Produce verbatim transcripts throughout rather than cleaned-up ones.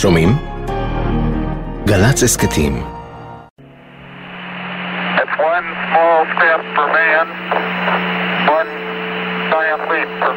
שומעים? גל"צ הסכתים. It's one small step for man, one giant leap for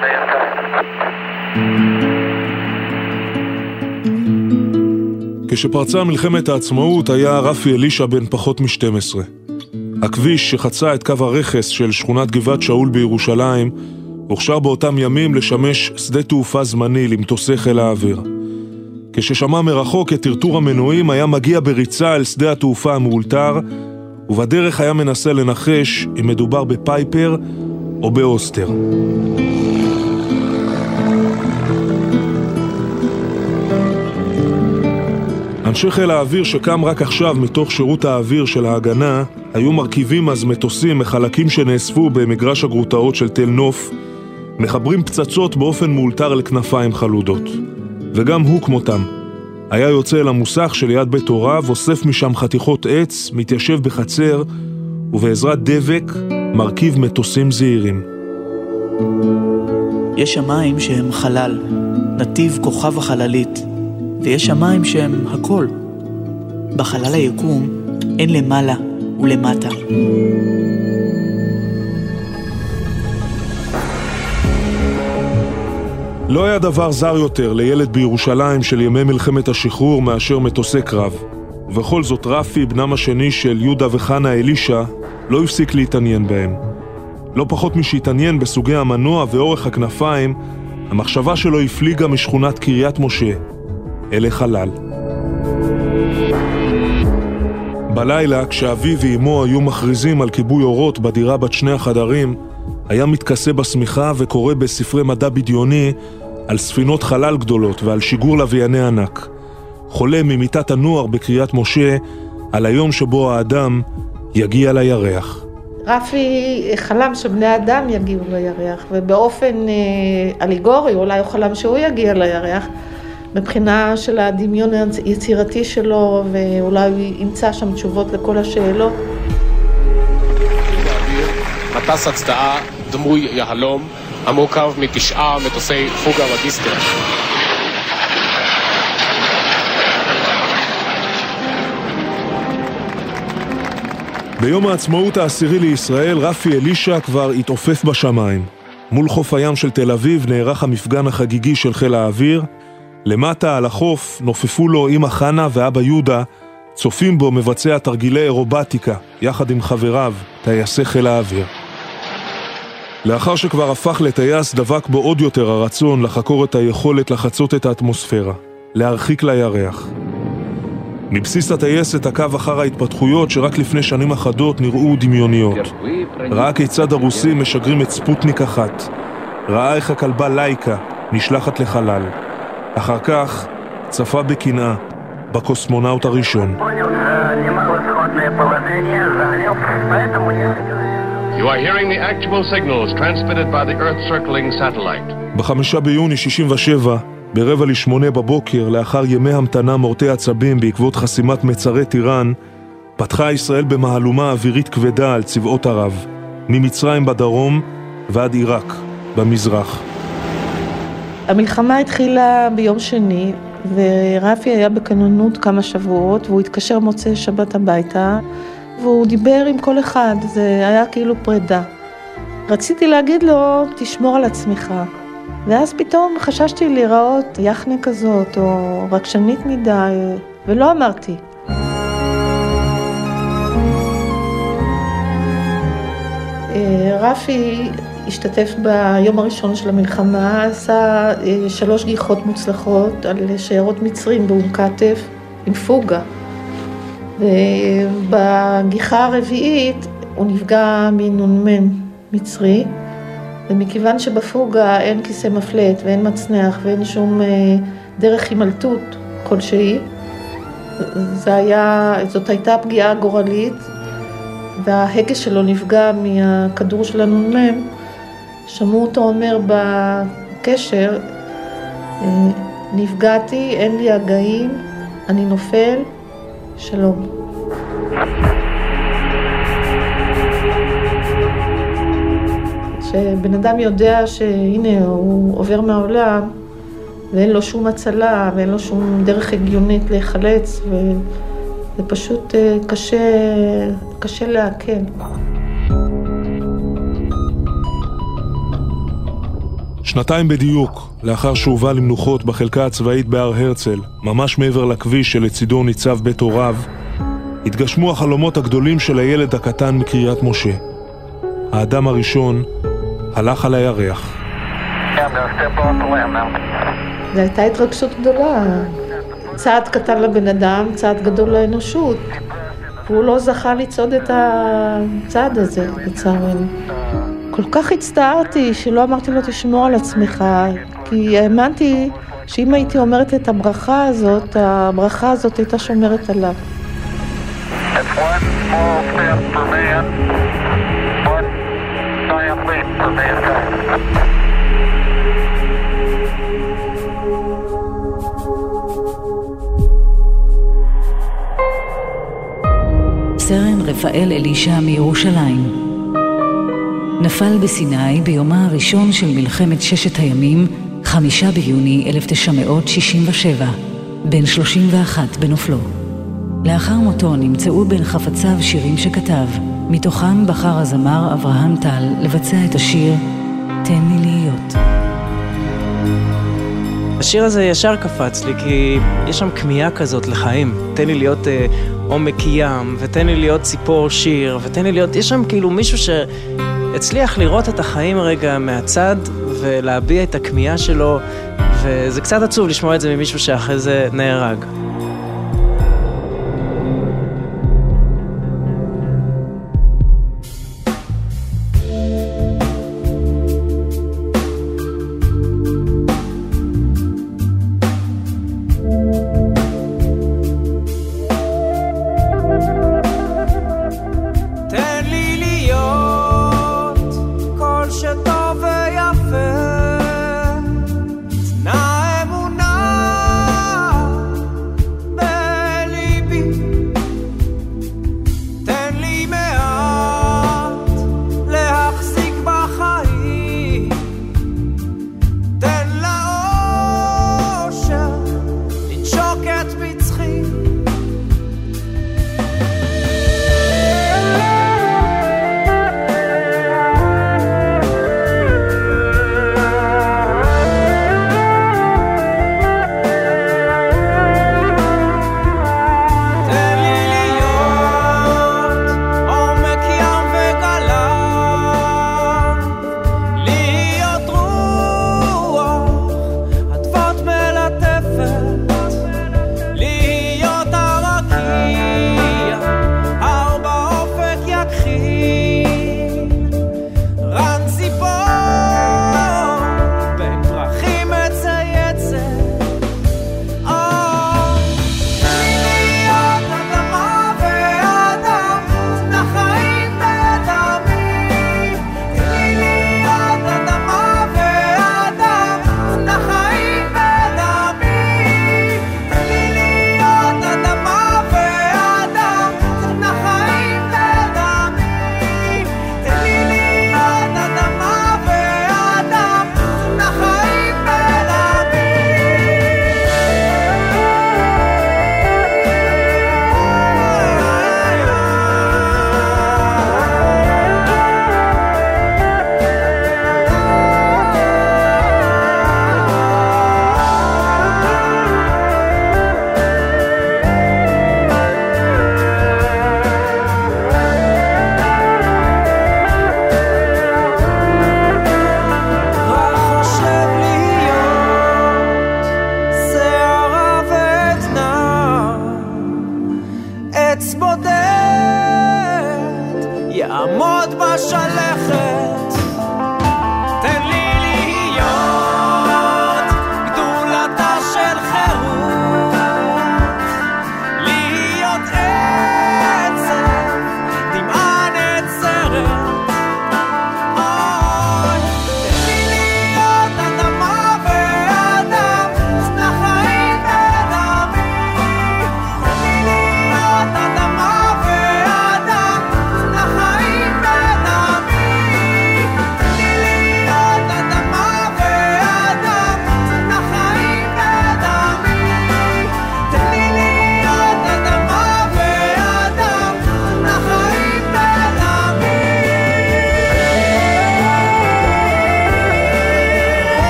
mankind. כשפרצה מלחמת העצמאות היה רפי אלישע בן פחות מ-שתים עשרה. הכביש שחצה את קו הרכס של שכונת גבעת שאול בירושלים הוכשר באותם ימים לשמש שדה תעופה זמני למטוסי חיל האוויר. כששמע מרחוק את טרטור המנועים היה מגיע בריצה אל שדה התעופה המאולתר, ובדרך היה מנסה לנחש אם מדובר בפייפר או באוסטר. אנשי חיל האוויר שקם רק עכשיו מתוך שירות האוויר של ההגנה היו מרכיבים אז מטוסים מחלקים שנאספו במגרש הגרוטאות של תל נוף, מחברים פצצות באופן מאולתר לכנפיים חלודות. וגם הוא כמותם היה יוצא אל המוסך שליד בית הוריו, אוסף משם חתיכות עץ, מתיישב בחצר ובעזרת דבק מרכיב מטוסים זעירים. יש שמיים שהם חלל, נתיב כוכב החללית, ויש שמיים שהם הכל. בחלל היקום אין למעלה ולמטה. לא היה דבר זר יותר לילד בירושלים של ימי מלחמת השחרור מאשר מטוסי קרב. ובכל זאת רפי, בנם השני של יהודה וחנה אלישע, לא הפסיק להתעניין בהם. לא פחות משהתעניין בסוגי המנוע ואורך הכנפיים, המחשבה שלו הפליגה משכונת קריית משה אל החלל. בלילה, כשאביו ואמו היו מכריזים על כיבוי אורות בדירה בת שני החדרים, היה מתכסה בסמיכה וקורא בספרי מדע בדיוני על ספינות חלל גדולות ועל שיגור לווייני ענק. חולם ממיטת הנוער בקריית משה על היום שבו האדם יגיע לירח. רפי חלם שבני אדם יגיעו לירח, ובאופן אה, אליגורי אולי הוא חלם שהוא יגיע לירח, מבחינה של הדמיון היצירתי שלו, ואולי הוא ימצא שם תשובות לכל השאלות. מטס הצדעה דמוי יהלום המורכב מתשעה מטוסי פוגה מגיסטר. ביום העצמאות העשירי לישראל רפי אלישע כבר התעופף בשמיים. מול חוף הים של תל אביב נערך המפגן החגיגי של חיל האוויר. למטה על החוף נופפו לו אמא חנה ואבא יהודה, צופים בו מבצע תרגילי אירובטיקה יחד עם חבריו, טייסי חיל האוויר. לאחר שכבר הפך לטייס דבק בו עוד יותר הרצון לחקור את היכולת לחצות את האטמוספירה, להרחיק לירח. מבסיס הטייסת עקב אחר ההתפתחויות שרק לפני שנים אחדות נראו דמיוניות. ראה כיצד הרוסים משגרים את ספוטניק אחת. ראה איך הכלבה לייקה נשלחת לחלל. אחר כך צפה בקנאה בקוסמונאוט הראשון. You are hearing the actual signals transmitted by the Earth-circling satellite. בחמישה ביוני שישים ושבע, ברבע לשמונה בבוקר, לאחר ימי המתנה מורטי עצבים בעקבות חסימת מצרי טיראן, פתחה ישראל במהלומה אווירית כבדה על צבאות ערב, ממצרים בדרום ועד עיראק במזרח. המלחמה התחילה ביום שני, ורפי היה בכוננות כמה שבועות, והוא התקשר מוצאי שבת הביתה, והוא דיבר עם כל אחד, זה היה כאילו פרידה. רציתי להגיד לו, תשמור על עצמך. ואז פתאום חששתי להיראות יחנה כזאת, או רגשנית מדי, ולא אמרתי. רפי השתתף ביום הראשון של המלחמה, עשה שלוש גיחות מוצלחות על שיירות מצרים באום כתף עם פוגה. ובגיחה הרביעית הוא נפגע מנונמן מצרי, ומכיוון שבפוגה אין כיסא מפלט ואין מצנח ואין שום דרך הימלטות כלשהי, זה היה, זאת הייתה פגיעה גורלית, וההגה שלו נפגע מהכדור של הנונמן. שמעו אותו אומר בקשר, נפגעתי, אין לי הגאים, אני נופל, שלום. כשבן אדם יודע שהנה הוא עובר מהעולם, ואין לו שום הצלה, ואין לו שום דרך הגיונית להיחלץ, וזה פשוט קשה, קשה לעכל. שנתיים בדיוק, לאחר שהובא למנוחות בחלקה הצבאית בהר הרצל, ממש מעבר לכביש שלצידו ניצב בית הוריו, התגשמו החלומות הגדולים של הילד הקטן מקריית משה. האדם הראשון הלך על הירח. זו הייתה התרגשות גדולה. צעד קטן לבן אדם, צעד גדול לאנושות. והוא לא זכה לצעוד את הצעד הזה, לצערנו. כל כך הצטערתי שלא אמרתי לו תשמור על עצמך, כי האמנתי שאם הייתי אומרת את הברכה הזאת, הברכה הזאת הייתה שומרת עליו. It's one small step for man, one giant leap for mankind. סרן רפאל אלישע מירושלים נפל בסיני ביומה הראשון של מלחמת ששת הימים, חמישה ביוני אלף תשע מאות שישים ושבע, בן שלושים ואחת בנופלו. לאחר מותו נמצאו בין חפציו שירים שכתב, מתוכם בחר הזמר אברהם טל לבצע את השיר תן לי להיות. השיר הזה ישר קפץ לי, כי יש שם כמיהה כזאת לחיים. תן לי להיות אה, עומק ים, ותן לי להיות ציפור שיר, ותן לי להיות... יש שם כאילו מישהו שהצליח לראות את החיים רגע מהצד, ולהביע את הכמיהה שלו, וזה קצת עצוב לשמוע את זה ממישהו שאחרי זה נהרג.